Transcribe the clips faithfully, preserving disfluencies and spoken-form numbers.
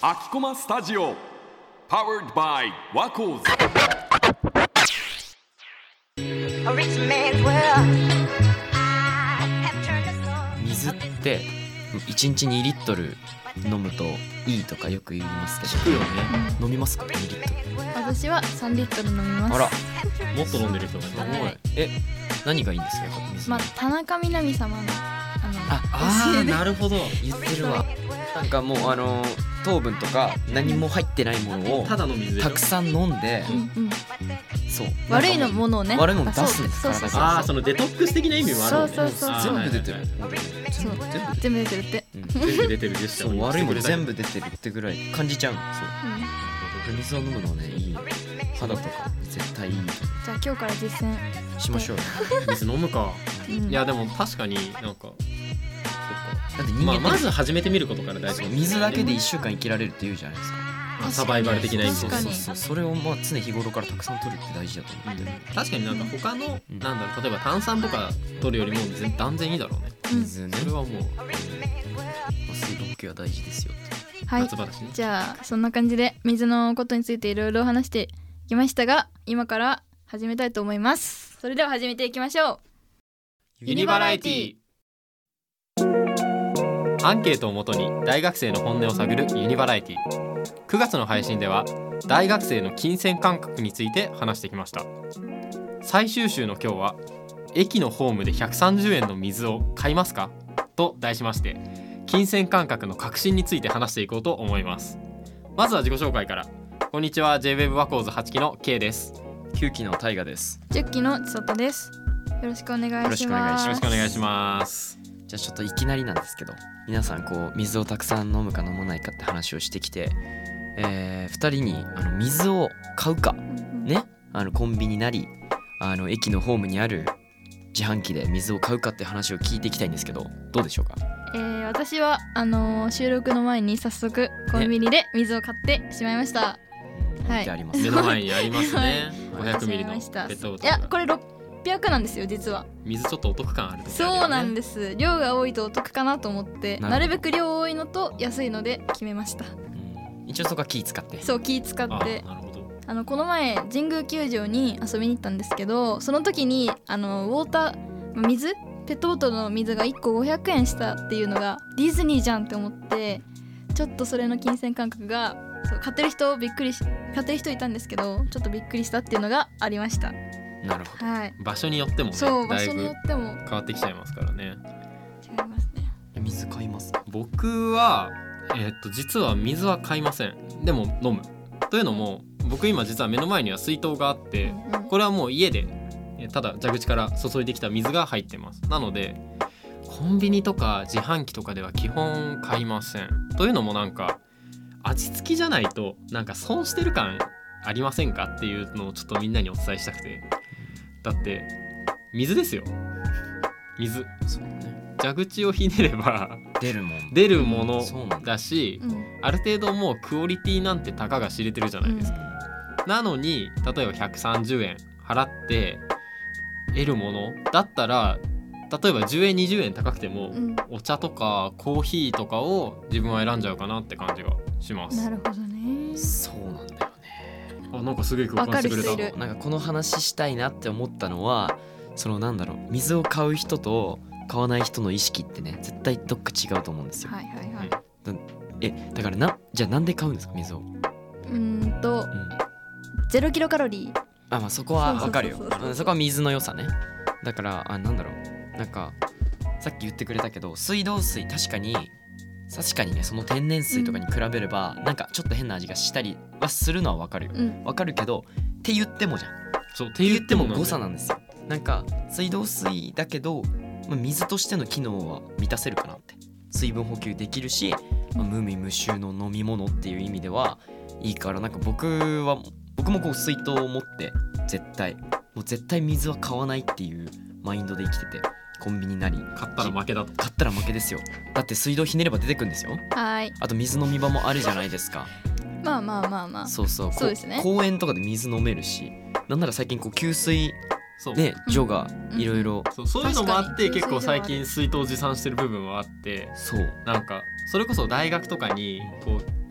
秋駒スタジオ Powered by ワコーズ。 水っていちにちにリットル飲むといいとかよく言いますけど、 聞くよね。 飲みますかにリットル？ 私はさんリットル飲みます。 あら、 もっと飲んでる人がいる。 はいえ、何がいいんですか水？ まあ田中みな実様のあのああー、 教えでなるほど。 言ってるわ。なんかもうあの糖分とか何も入ってないものをただの水でしょ。 たくさん飲んで、 うんうん、 そう悪いのものをね悪いもの出すんですそうそうそうああ、そのデトックス的な意味もあるもんね。 そうそうそうあー全部出てる。 そう全部全部出てるって、 うん全部出てるでした。 そう悪いもの全部。 部出てるってぐらい感じちゃうの。そう水を飲むのね、いいよ。肌とか絶対いいとじゃあ今日から実践しましょうよ。 水飲むか。 うんいやでも確かになんか、 だって人まあ間ってまず始めてみることから大事そう。水だけでいっしゅうかん生きられるって言うじゃないですか。 まあサバイバル的な意味で。 確かにそうそう、それをまあ常日頃からたくさん取るって大事だと思ってる。 確かになんか他の、 うんなんだろう、例えば炭酸とか取るよりも全断然いいだろうね。 うん水ね、 それはもうまあ水分補給は大事ですよって。 はい夏場だしね。 じゃあそんな感じで水のことについていろいろ話していきましたが、今から始めたいと思います。それでは始めていきましょう。 ユニバラエティ。アンケートをもとに大学生の本音を探るユニバラエティ。くがつの配信では大学生の金銭感覚について話してきました。最終週の今日は駅のホームでひゃくさんじゅうえんの水を買いますかと題しまして、金銭感覚の革新について話していこうと思います。まずは自己紹介から。こんにちは、 ジェイウェーブ ワコーズはちきの K です。 きゅうきの大河です。 じゅっきのちそたです。よろしくお願いします。 よろしくお願いしますよろしくお願いします。 じゃあちょっといきなりなんですけど、皆さんこう水をたくさん飲むか飲まないかって話をしてきて、えー、ふたりにあの水を買うかね、あのコンビニなりあの駅のホームにある自販機で水を買うかって話を聞いていきたいんですけど、どうでしょうか？ えー、私はあのー収録の前に早速コンビニで水を買ってしまいました、はい置いてあります。 目の前にありますね。 はいごひゃくミリのペ買ってしまいましたットボトル。 いやこれろっぴゃくなんですよ実は。 水ちょっとお得感ある時あるよね。 そうなんです。量が多いとお得かなと思って、 なるほどなるべく量多いのと安いので決めました。 うん一応そこは気使ってそう気使あってなるほど。 あのこの前神宮球場に遊びに行ったんですけど、その時にあのウォーター水ペットボトルの水がいっこごひゃくえんしたっていうのがディズニーじゃんって思って、ちょっとそれの金銭感覚がそう買ってる人びっくりし買ってる人いたんですけど、ちょっとびっくりしたっていうのがありました。 なるほど。 はい、 場所によってもね、 そう場だいぶ所によっても変わってきちゃいますからね。 違いますね。 水買います。 僕はえーっと実は水は買いません。でも飲む。というのも僕今実は目の前には水筒があって、 うんこれはもう家でえーただ蛇口から注いできた水が入ってます。なのでコンビニとか自販機とかでは基本買いません。というのもなんか味付きじゃないとなんか損してる感ありませんかっていうのをちょっとみんなにお伝えしたくて。だって水ですよ。水。 そうね。 蛇口をひねれば出るもん。 出るものそうなんだ。 だし、 うんある程度もうクオリティなんてたかが知れてるじゃないですか。なのに例えばひゃくさんじゅうえん払って得るものだったら、例えばじゅうえんにじゅうえん高くても、 うんお茶とかコーヒーとかを自分は選んじゃうかなって感じがします。 なるほどね。 そうなんだよね。 あ、なんかすごい共感してくれた。 わかる人いるなんかこの話したいなって思ったのは、そのなんだろう、水を買う人と買わない人の意識ってね、絶対どっか違うと思うんですよ。 はいはいはい。 え、だからな、じゃあなんで買うんですか水を？ うーんとうん。 ゼロキロカロリー。 あ、まあそこはわかるよそうそうそうそう。 うんそこは水の良さね。だからあ、なんだろう、なんかさっき言ってくれたけど、水道水確かに確かにね、その天然水とかに比べれば、なんかちょっと変な味がしたりはするのはわかるよ。 うんわかるけど、って言ってもじゃん。 そうってって言ってもなんだよ誤差なんですよ。なんか水道水だけど、まあ、水としての機能は満たせるかなって。水分補給できるし、まあ、無味無臭の飲み物っていう意味ではいいから、なんか僕は僕もこう水筒を持って絶対もう絶対水は買わないっていうマインドで生きてて、コンビニなり買ったら負けだと。 買ったら負けですよ。だって水道ひねれば出てくんですよ。 はい。 あと水飲み場もあるじゃないですか。 まあまあまあまあ。 そうそう、こそうですね公園とかで水飲めるし、なんなら最近こう給水そう、 ね、 うんジョがいろいろ、 そうそういうのもあって確かに結構最近水筒持参してる部分はあって、 そうなんかそれこそ大学とかにこう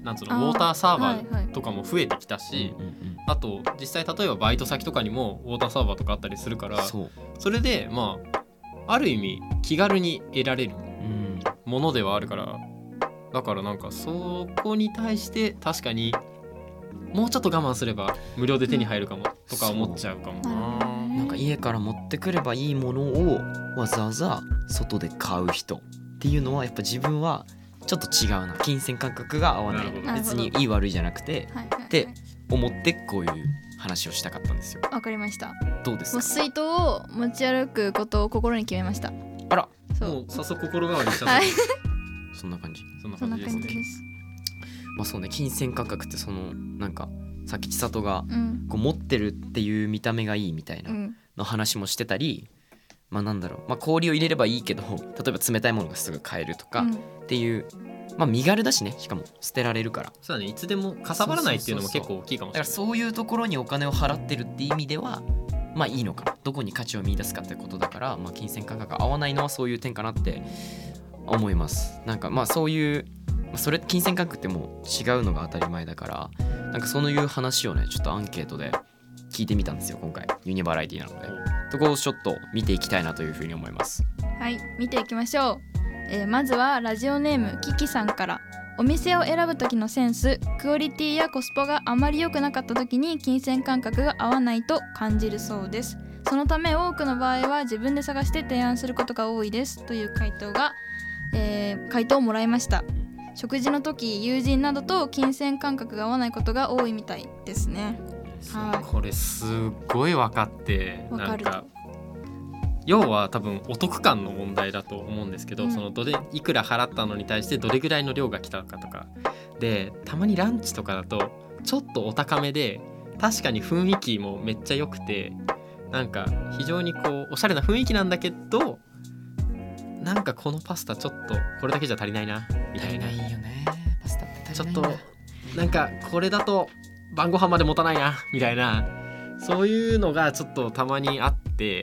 なんつうのウォーターサーバはいはいーとかも増えてきたし、 うんうんあと実際例えばバイト先とかにもウォーターサーバーとかあったりするから、 そう、 それでまあある意味気軽に得られるうん、 ものではあるから、だからなんかそこに対して確かにもうちょっと我慢すれば無料で手に入るかもとか思っちゃうかもな。 なんか家から持ってくればいいものをわざわざ外で買う人っていうのはやっぱ自分はちょっと違うな、金銭感覚が合わない、 なるほど別にいい悪いじゃなくてはいはいはいって思ってこういう話をしたかったんですよ。 わかりました。 どうですか？ もう水筒を持ち歩くことを心に決めました。 あら、 そうもう早速心変わりしちゃった、 はいそんな感じ。 そんなそんな感じですね。 感じです。 まあそうね、金銭感覚ってそのなんかさっき千里がうんこう持ってるっていう見た目がいいみたいなうんの話もしてたり、まあなんだろう、まあ氷を入れればいいけど例えば冷たいものがすぐ買えるとかうんっていう、まあ身軽だしね、しかも捨てられるから、 そうだね、いつでもかさばらないっていうのも結構大きいかもしれない。 だからそういうところにお金を払ってるって意味ではまあいいのかな、どこに価値を見出すかってことだから、まあ、金銭感覚が合わないのはそういう点かなって思います。なんかまあそういうまあそれ金銭感覚ってもう違うのが当たり前だから、なんかそういう話をねちょっとアンケートで聞いてみたんですよ今回、ユニバラエティなので。そこをちょっと見ていきたいなというふうに思います。 はい見ていきましょう。えーまずはラジオネームキキさんから、お店を選ぶ時のセンス、クオリティやコスパがあまり良くなかった時に金銭感覚が合わないと感じるそうです。そのため多くの場合は自分で探して提案することが多いですという回答が、えー回答をもらいました。食事の時、友人などと金銭感覚が合わないことが多いみたいですね。はいこれすっごい分かってわかるなんか要は多分お得感の問題だと思うんですけど、 うんそのどれいくら払ったのに対してどれぐらいの量が来たかとかで、たまにランチとかだとちょっとお高めで確かに雰囲気もめっちゃ良くて、なんか非常にこうおしゃれな雰囲気なんだけど、なんかこのパスタちょっとこれだけじゃ足りないなみたいな、 足りないよね、パスタってちょっ足りないんだとなんかこれだと晩ご飯まで持たないなみたいな、そういうのがちょっとたまにあって、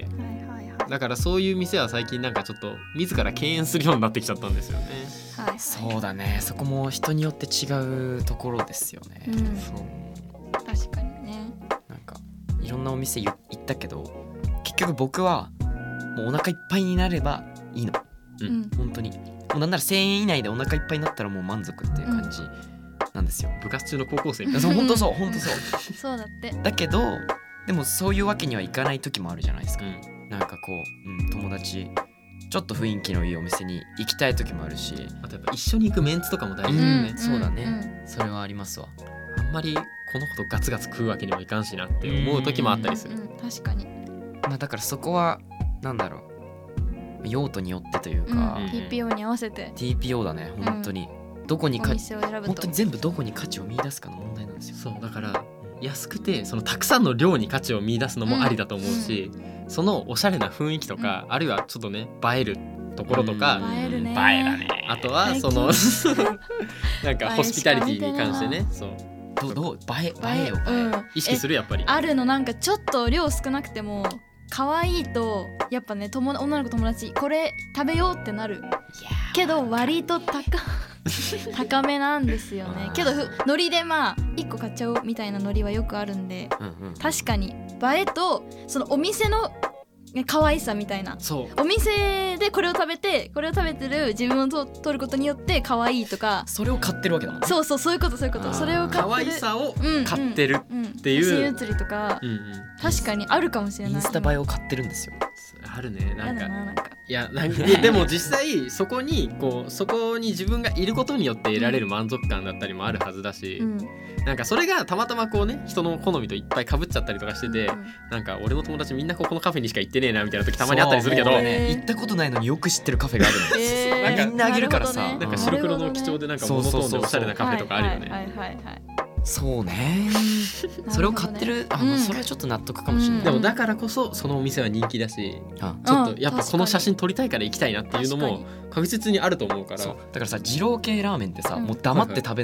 はいはいはいだからそういう店は最近なんかちょっと自ら敬遠するようになってきちゃったんですよね。 はいはいそうだね、そこも人によって違うところですよね、 うんそう確かにね。 なんかいろんなお店行ったけど結局僕はもうお腹いっぱいになればいいの、 ううんん本当にもうなんならせんえん以内でお腹いっぱいになったらもう満足っていう感じなんですよ、 部活中の高校生みたいな。 そう本当そう本当そうそうだって。 だけどでもそういうわけにはいかない時もあるじゃないですか、 うん、 なんかこう、うん、友達ちょっと雰囲気のいいお店に行きたい時もあるし、 あとやっぱ一緒に行くメンツとかも大事うだよね、 んそうだねんそれはありますわ。 あんまりこの子とガツガツ食うわけにもいかんしなって思う時もあったりする。 うんうん確かに。 まあだからそこはなんだろう、用途によってというか、 うん、ティーピーオー に合わせてティーピーオー だね本当に、どこにおか店を選ぶと。 本当に全部どこに価値を見出すかの問題なんですよ。 そうだから安くてそのたくさんの量に価値を見出すのもありだと思うし、そのおしゃれな雰囲気とか、あるいはちょっとね映えるところとか、 映えるね。 映えだね。 あとはそのなんかホスピタリティに関してね、そうどうどう映え映えをうん、 意識するやっぱり。 あるのなんかちょっと量少なくても可愛いとやっぱね友女の子友達これ食べようってなるけど割と高高めなんですよね。けどふ海苔でまあいっこ買っちゃおうみたいな海苔はよくあるんで、 うんうん確かに映えとそのお店のね可愛さみたいな、 そうお店でこれを食べてこれを食べてる自分をと取ることによって可愛いとか、 それを買ってるわけだもんね。 そうそうそういうことそういうこあーと、それを買可ってる愛さをうん買ってる、 うんっていう写真写りとか、 うんうん、 確かにあるかもしれない。 インスタ映えを買ってるんですよ。 あるね。なやんかだななんかいやなんかででも実際そこにこうそこに自分がいることによって得られる満足感だったりもあるはずだし、 うんなんかそれがたまたまこうね人の好みといっぱい被っちゃったりとかしてて、 うんなんか俺の友達みんなここのカフェにしか行ってねえなみたいな時たまにあったりするけど、 そうもうへーね行ったことないのによく知ってるカフェがあるんです。 えーなんかみんなあげるからさなるほどねなんか白黒の基調でなんかモノトーンでおしゃれなカフェとかあるよね。 はいはいはいはいそうね。それを買ってる、あ、 うんそれはちょっと納得かもしれない。 うんでもだからこそそのお店は人気だし、 あちょっうんとやっぱこの写真撮りたいから行きたいなっていうのも確実にあると思うから。 そうだからさ、二郎系ラーメンってさ、 うんもう黙って食べんのよ。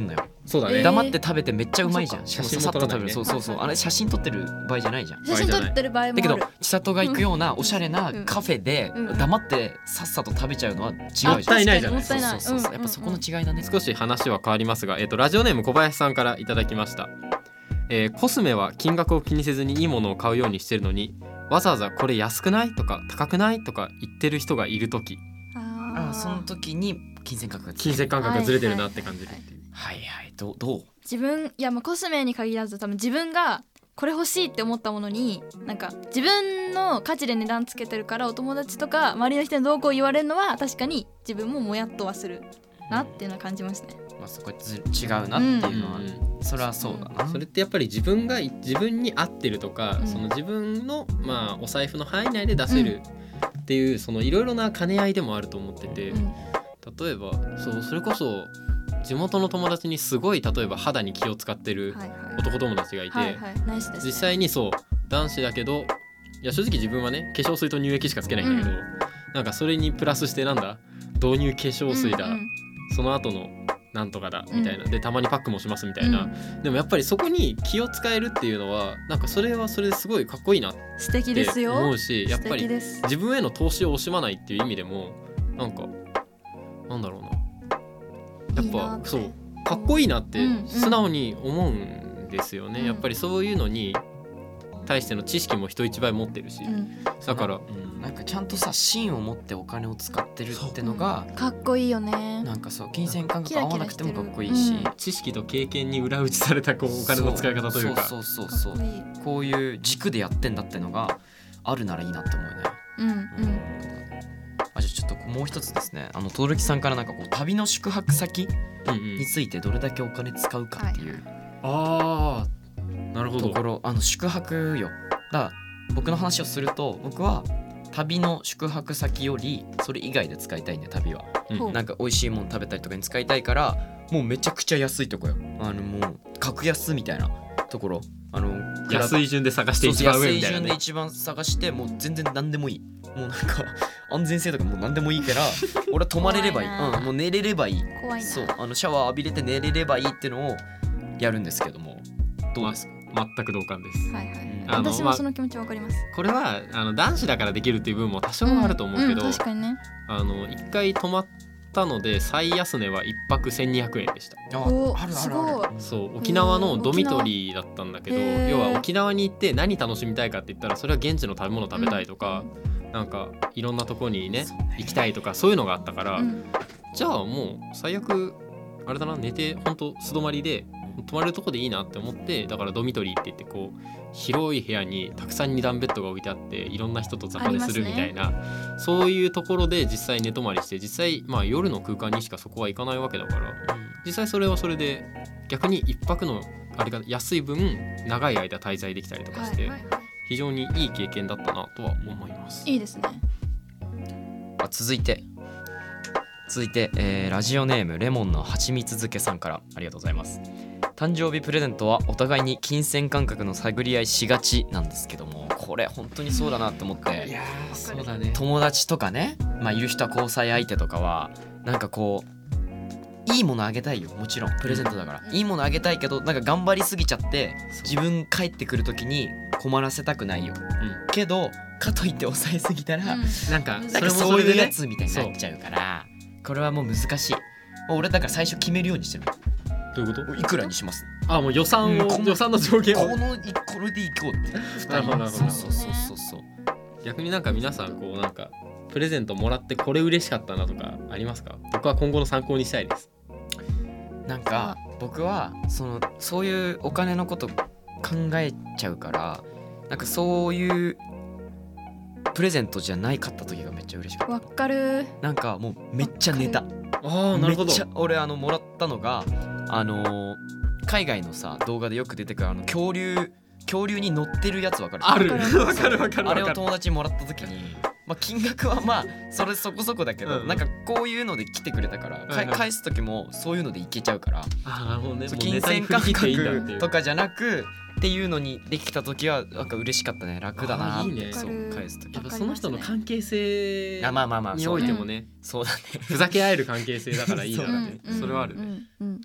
そうだね、 えー黙って食べてめっちゃうまいじゃん。しかも写真ささっと食べる。 も撮らないねそうそうそう、 はいはいあれ写真撮ってる場合じゃないじゃん。 写真撮ってる場合もあるだけど千里が行くようなおしゃれなうんカフェでうん黙ってさっさと食べちゃうのは違うじゃん。 もったいないじゃないもったいないそうそうそう、 うんやっぱそこの違いだね。 少し話は変わりますが、えー、とラジオネーム小林さんからいただきました、えーコスメは金額を気にせずにいいものを買うようにしてるのに、わざわざこれ安くないとか高くないとか言ってる人がいるとき、 あーあその時に金銭感覚が金銭感覚がずれてるなって感じるっていう、 はいはいどうどう自分いやまあコスメに限らず多分自分がこれ欲しいって思ったものになんか自分の価値で値段つけてるからお友達とか周りの人にどうこう言われるのは確かに自分ももやっとはするなっていうのは感じますね。 まあそこず違うなっていうのは、 うんそれはそうだな。 それってやっぱり自分が自分に合ってるとか、 うんその自分のまあお財布の範囲内で出せるっていうそのいろいろな兼ね合いでもあると思ってて、 うん例えばそうそれこそ地元の友達にすごい例えば肌に気を使ってるはいはい男友達がいて、 はいはいナイスですね。 実際にそう男子だけどいや正直自分はね化粧水と乳液しかつけないんだけど、 うなんかそれにプラスしてなんだ導入化粧水だ、 うんうんその後のなんとかだみたいな、でたまにパックもしますみたいな、でもやっぱりそこに気を使えるっていうのはなんかそれはそれですごいかっこいいなっ素敵てですよ。 思うし、やっぱ素敵りです。 自分への投資を惜しまないっていう意味でもなんかなんだろうなやっいいなってぱそうかっこいいなってうんうん素直に思うんですよね、 うんやっぱりそういうのに対しての知識も人一倍持ってるし、 うんだからうん、なんかちゃんとさ芯を持ってお金を使ってるってのがかっこいいよね。 なんかそう金銭感キ覚合わなくてラキラしてるもかっこいいし、 うん知識と経験に裏打ちされたこうお金の使い方というかそうそうそうそうかっこいい。 こういう軸でやってんだってのがあるならいいなって思うよね。 うんうんあじゃあちょっともう一つですね、あの轟さんからなんかこう旅の宿泊先うんうんについてどれだけお金使うかっていうあーなるほどところ、あの宿泊よだから僕の話をすると僕は旅の宿泊先よりそれ以外で使いたいんで旅はうんほうなんか美味しいもの食べたりとかに使いたいからもうめちゃくちゃ安いとこよ、あのもう格安みたいなところ、あの安い順で探してそうそう一番上安いみたいなね順で一番探してもう全然何でもいい、もうなんか安全性とかもう何でもいいから俺は泊まれればいい、 怖いなうん、もう寝れればいい、 怖いな。 そうあのシャワー浴びれて寝れればいいってのをやるんですけどもどうですか、 全く同感ですはいはい。 うんあの私もその気持ちわかります。 これはあの男子だからできるっていう部分も多少はあると思うけど、 んん確かにね。 あの一回泊まったので最安値は一泊せんにひゃくえんでした。 あおあるあるあるすごいそう沖縄のドミトリーだったんだけど、 へー要は沖縄に行って何楽しみたいかって言ったらそれは現地の食べ物食べたいとか、なんかいろんなとこにねそうね行きたいとかそういうのがあったから、 うんじゃあもう最悪あれだな寝てほんと素泊まりで泊まれるとこでいいなって思って、だからドミトリーって言ってこう広い部屋にたくさん二段ベッドが置いてあっていろんな人と雑魚でするみたいな、そういうところで実際寝泊まりして実際まあ夜の空間にしかそこは行かないわけだから実際それはそれで逆に一泊のあれが安い分長い間滞在できたりとかして、 はいはいは非常にいい経験だったなとは思います。 い。いいですね。 あ続いて続いて、えーラジオネームレモンのはちみつ漬けさんからありがとうございます。誕生日プレゼントはお互いに金銭感覚の探り合いしがちなんですけども、これ本当にそうだなと思って、 やーそうだね。 友達とかね、まあ、いる人は交際相手とかはなんかこういいものあげたいよ、もちろんプレゼントだから、 うんいいものあげたいけどなんか頑張りすぎちゃって自分帰ってくる時に困らせたくないよ、けどかといって抑えすぎたら、 うんなんかなんそれもかそういうやそれでねつみたいになっちゃうからこれはもう難しい。もう俺だから最初決めるようにしてる。 どういうこと？ いくらにします、 あもう予算を、 うんこの予算の上限をこのいこれでいこうってふたりなるほどなるほどそうそうそうそう逆になんか皆さんこうなんかプレゼントもらってこれ嬉しかったなとかありますか？僕は今後の参考にしたいです。 なんか僕はそのそういうお金のこと考えちゃうからなんかそういうプレゼントじゃないかった時がめっちゃ嬉しかっわかる。 た。なんかもうめっちゃ寝た。 ああなるほどめっちゃ俺あのもらったのがあのー海外のさ動画でよく出てくるあの恐竜恐竜に乗ってるやつわかる？ あるわかるわかるわかるあれをわかる。 友達にもらった時に、まあ、金額はまあそれそこそこだけど、 うんなんかこういうので来てくれたから、かはいはい返す時もそういうのでいけちゃうから、 あーなるほどね。 そうもう金銭感ネタに振り切っていいんだっていう覚とかじゃなくっていうのにできた時はなんか嬉しかったね。楽だなってあーいいねそう返す時やっぱその人の関係性あまあまあまあにそうねおいてもね、 そうだね。 ふざけ合える関係性だからいいだろうね。 うんそれはあるね。 うんうん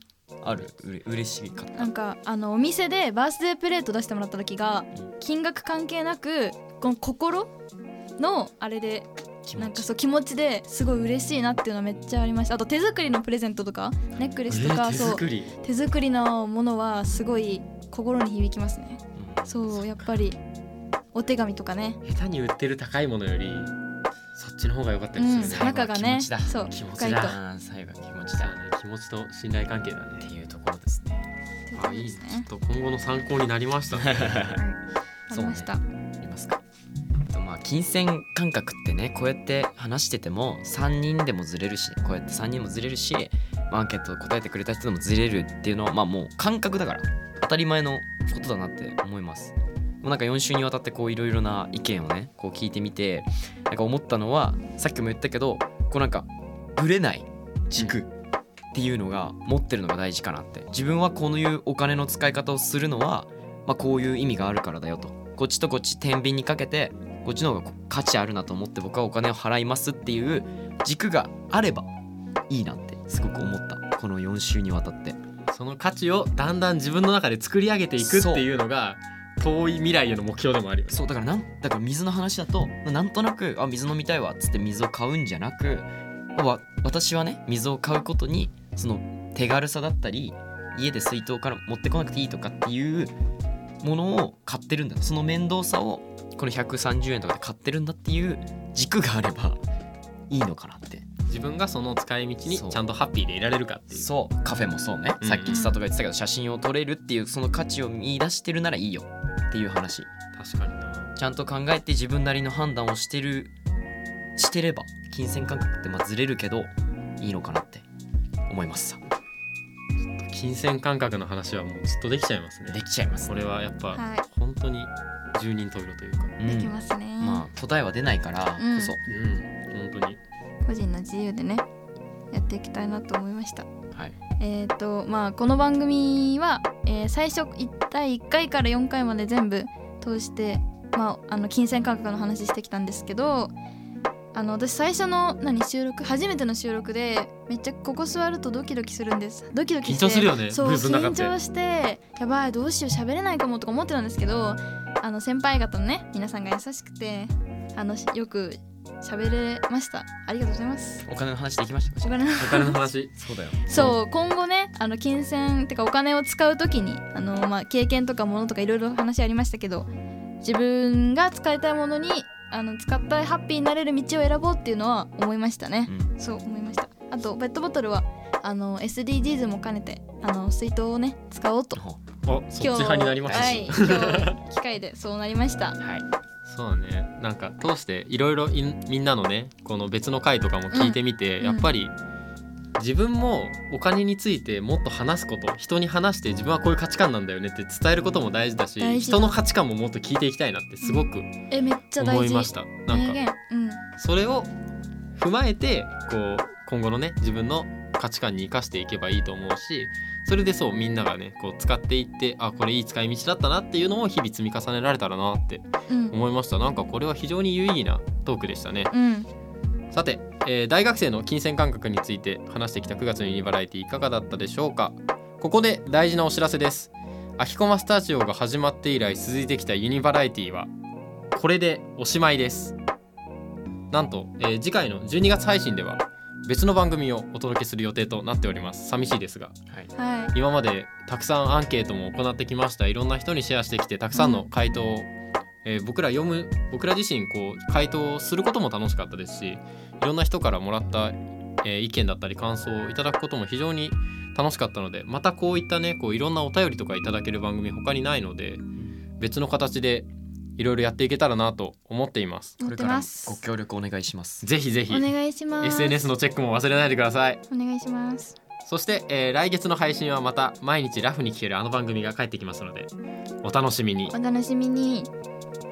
あるうれ嬉しかったなんかあのお店でバースデープレート出してもらった時が金額関係なくこの心のあれで気持ちなんかそう気持ちですごい嬉しいなっていうのはめっちゃありました。あと手作りのプレゼントとかネックレスとか、 えー手そう作り手作りのものはすごい心に響きますね。そうやっぱりお手紙とかね、 下手に売ってる高いものよりそっちの方が良かったりするね、 うん、中がね気持ちだそう気持ち深いとだあー最後は気持ちじゃだあね気持ちと信頼関係だねっていうところですね。 ということあいいですね。 ちょっと今後の参考になりましたねはいありました。 ありますか。とまあ金銭感覚ってねこうやって話しててもさんにんでもずれるしこうやってさんにんもずれるしアンケート答えてくれた人でもずれるっていうのはまあもう感覚だから当たり前のことだなって思います。もうなんかよん週にわたってこういろいろな意見をねこう聞いてみてなんか思ったのはさっきも言ったけどこうなんかぶれない軸っていうのが持ってるのが大事かなって。自分はこういうお金の使い方をするのは、まあ、こういう意味があるからだよと。こっちとこっち天秤にかけてこっちの方が価値あるなと思って僕はお金を払いますっていう軸があればいいなってすごく思った。このよん週にわたってその価値をだんだん自分の中で作り上げていくっていうのが遠い未来への目標でもあるよね。 そうだからなんだから水の話だとなんとなくあ水飲みたいわっつって水を買うんじゃなくわ私はね水を買うことにその手軽さだったり家で水筒から持ってこなくていいとかっていうものを買ってるんだ。その面倒さをこのひゃくさんじゅうえんとかで買ってるんだっていう軸があればいいのかなって。 自分がその使い道にそうちゃんとハッピーでいられるかっていう。 そうカフェもそうね、 うんさっき千里が言ってたけど写真を撮れるっていうその価値を見出してるならいいよっていう話。 確かにな。 ちゃんと考えて自分なりの判断をしてるしてれば金銭感覚ってまあずれるけどいいのかなって思いますさ。 金銭感覚の話はもうずっとできちゃいますね。 できちゃいますこれはやっぱ、 はい本当に十人十色というか、 うんできますね。 まあ答えは出ないからこうんそ、 うん本当に個人の自由でねやっていきたいなと思いました。 はいえーとまあ、この番組は、えー最初だいいっかいからよんかいまで全部通して、まあ、あの金銭感覚の話してきたんですけどあの私最初の何収録初めての収録でめっちゃここ座るとドキドキするんです。ドキドキして緊張するよねそうブースの中って緊張してやばいどうしよう喋れないかもとか思ってたんですけどあの先輩方のね皆さんが優しくてあのよく喋れました。ありがとうございます。 お金の話できましたか。 お金のお金の話そうだよそう今後ねあの金銭ってかお金を使うときにあの、まあ、経験とかものとかいろいろ話ありましたけど自分が使いたいものにあの使ったハッピーになれる道を選ぼうっていうのは思いましたね、 うんそう思いました。あとペットボトルはあの エスディージーズ も兼ねてあの水筒をね使おうとほおそっち派になりましたし、 はい、今日機会でそうなりましたはいそうだね。なんか通していろいろみんなのねこの別の回とかも聞いてみて、 うんやっぱり自分もお金についてもっと話すこと人に話して自分はこういう価値観なんだよねって伝えることも大事だし大事だ人の価値観ももっと聞いていきたいなってすごくえめっちゃ大事思いました。なん名言かうんそれを踏まえてこう今後のね自分の価値観に生かしていけばいいと思うしそれでそうみんながねこう使っていってあこれいい使い道だったなっていうのを日々積み重ねられたらなってうん思いました。なんかこれは非常に有意義なトークでしたね。 うんさて、えー大学生の金銭感覚について話してきたくがつのユニバラエティいかがだったでしょうか。ここで大事なお知らせです。アキコマスタジオが始まって以来続いてきたユニバラエティはこれでおしまいです。なんと、えー次回のじゅうにがつ配信では別の番組をお届けする予定となっております。寂しいですがはいはい今までたくさんアンケートも行ってきました。いろんな人にシェアしてきてたくさんの回答を、えー僕ら読む僕ら自身こう回答をすることも楽しかったですしいろんな人からもらった、えー意見だったり感想をいただくことも非常に楽しかったのでまたこういったねこういろんなお便りとかいただける番組他にないので別の形でいろいろやっていけたらなと思っています。 持ってこれからもますご協力お願いします。 ぜひぜひお願いしますエスエヌエス のチェックも忘れないでください。 お願いしますそして、えー来月の配信はまた毎日ラフに聴けるあの番組が帰ってきますのでお楽しみに。 お楽しみに